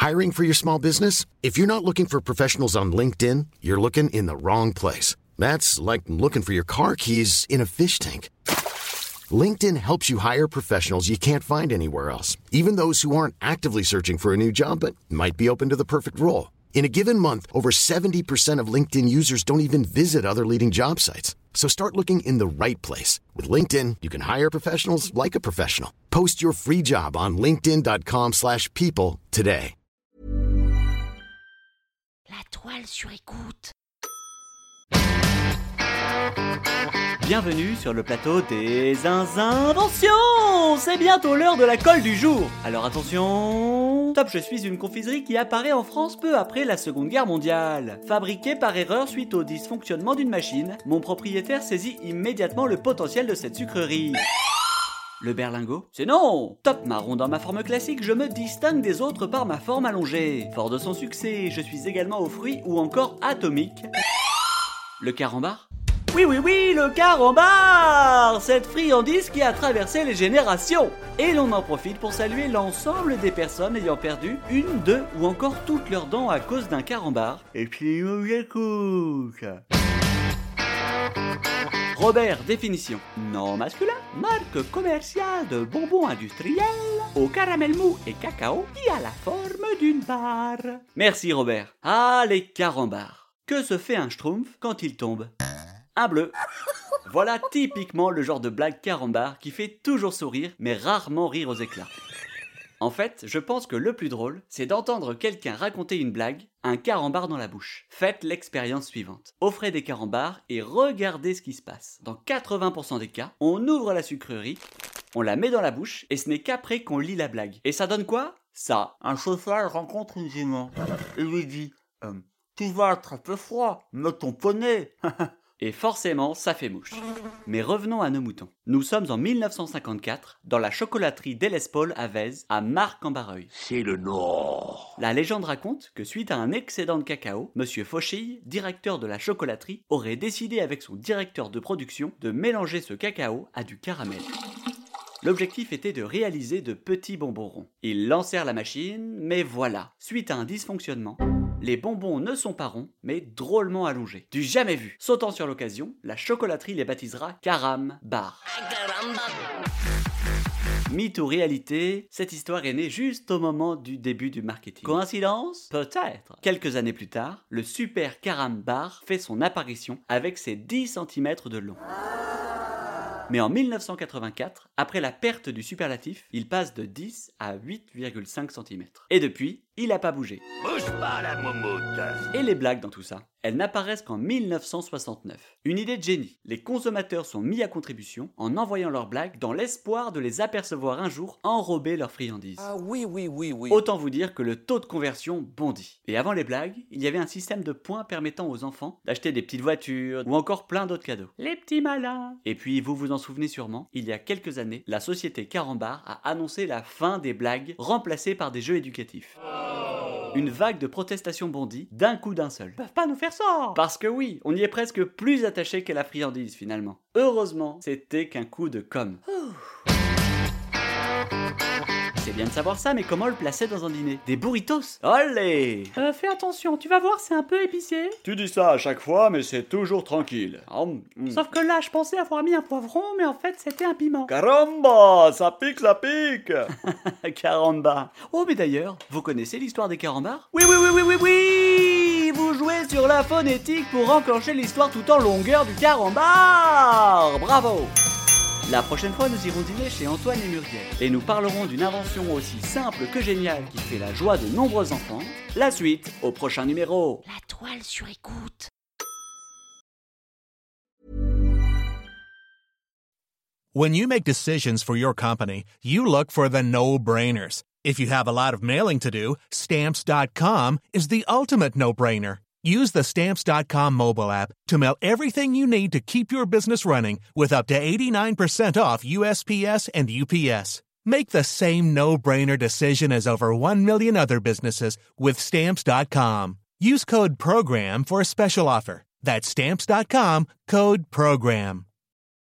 Hiring for your small business? If you're not looking for professionals on LinkedIn, you're looking in the wrong place. That's like looking for your car keys in a fish tank. LinkedIn helps you hire professionals you can't find anywhere else, even those who aren't actively searching for a new job but might be open to the perfect role. In a given month, over 70% of LinkedIn users don't even visit other leading job sites. So start looking in the right place. With LinkedIn, you can hire professionals like a professional. Post your free job on linkedin.com/people today. La toile sur écoute. Bienvenue sur le plateau des inventions. C'est bientôt l'heure de la colle du jour. Alors attention. Top, je suis une confiserie qui apparaît en France peu après la Seconde Guerre mondiale. Fabriquée par erreur suite au dysfonctionnement d'une machine, mon propriétaire saisit immédiatement le potentiel de cette sucrerie. Le berlingot? C'est non! Top marron dans ma forme classique, je me distingue des autres par ma forme allongée. Fort de son succès, je suis également aux fruits ou encore atomique. Le carambar? Oui, le carambar! Cette friandise qui a traversé les générations! Et l'on en profite pour saluer l'ensemble des personnes ayant perdu une, deux ou encore toutes leurs dents à cause d'un carambar. Et puis, j'écoute. Robert, définition. Nom masculin, marque commerciale de bonbons industriels au caramel mou et cacao qui a la forme d'une barre. Merci Robert. Ah, les carambars. Que se fait un schtroumpf quand il tombe? Un bleu. Voilà typiquement le genre de blague carambar qui fait toujours sourire mais rarement rire aux éclats. En fait, je pense que le plus drôle, c'est d'entendre quelqu'un raconter une blague, un carambar dans la bouche. Faites l'expérience suivante. Offrez des carambars et regardez ce qui se passe. Dans 80% des cas, on ouvre la sucrerie, on la met dans la bouche et ce n'est qu'après qu'on lit la blague. Et ça donne quoi? Ça. Un cheval rencontre une jument et lui dit « Tu vas attraper froid, mets ton poney !» Et forcément, ça fait mouche. Mais revenons à nos moutons. Nous sommes en 1954, dans la chocolaterie Delespol à Vèze, à Marc-en-Barreuil. C'est le Nord. La légende raconte que suite à un excédent de cacao, Monsieur Fauchille, directeur de la chocolaterie, aurait décidé avec son directeur de production de mélanger ce cacao à du caramel. L'objectif était de réaliser de petits bonbons ronds. Ils lancèrent la machine, mais voilà, suite à un dysfonctionnement, les bonbons ne sont pas ronds, mais drôlement allongés. Du jamais vu. Sautant sur l'occasion, la chocolaterie les baptisera Carambar. Mythe ou réalité, cette histoire est née juste au moment du début du marketing. Coïncidence? Peut-être. Quelques années plus tard, le super Carambar fait son apparition avec ses 10 cm de long. Mais en 1984, après la perte du superlatif, il passe de 10 à 8,5 cm. Et depuis, il n'a pas bougé. Bouge pas la moumoute. Et les blagues dans tout ça? Elles n'apparaissent qu'en 1969. Une idée de génie. Les consommateurs sont mis à contribution en envoyant leurs blagues dans l'espoir de les apercevoir un jour enrober leurs friandises. Ah oui. Autant vous dire que le taux de conversion bondit. Et avant les blagues, il y avait un système de points permettant aux enfants d'acheter des petites voitures ou encore plein d'autres cadeaux. Les petits malins. Et puis, vous vous en souvenez sûrement, il y a quelques années, la société Carambar a annoncé la fin des blagues remplacées par des jeux éducatifs. Une vague de protestations bondit d'un coup d'un seul. Ils peuvent pas nous faire ça! Parce que oui, on y est presque plus attaché qu'à la friandise finalement. Heureusement, c'était qu'un coup de com'. C'est bien de savoir ça, mais comment le placer dans un dîner? Des burritos? Allez! Fais attention, tu vas voir, c'est un peu épicé. Tu dis ça à chaque fois, mais c'est toujours tranquille. Sauf que là, je pensais avoir mis un poivron, mais en fait, c'était un piment. Caramba! Ça pique! Caramba! Oh, mais d'ailleurs, vous connaissez l'histoire des carambars? Oui! Vous jouez sur la phonétique pour enclencher l'histoire tout en longueur du carambar! Bravo! La prochaine fois, nous irons dîner chez Antoine et Muriel et nous parlerons d'une invention aussi simple que géniale qui fait la joie de nombreux enfants. La suite au prochain numéro. La toile sur écoute. When you make decisions for your company, you look for the no-brainers. If you have a lot of mailing to do, Stamps.com is the ultimate no-brainer. Use the Stamps.com mobile app to mail everything you need to keep your business running with up to 89% off USPS and UPS. Make the same no-brainer decision as over 1 million other businesses with Stamps.com. Use code PROGRAM for a special offer. That's Stamps.com, code PROGRAM.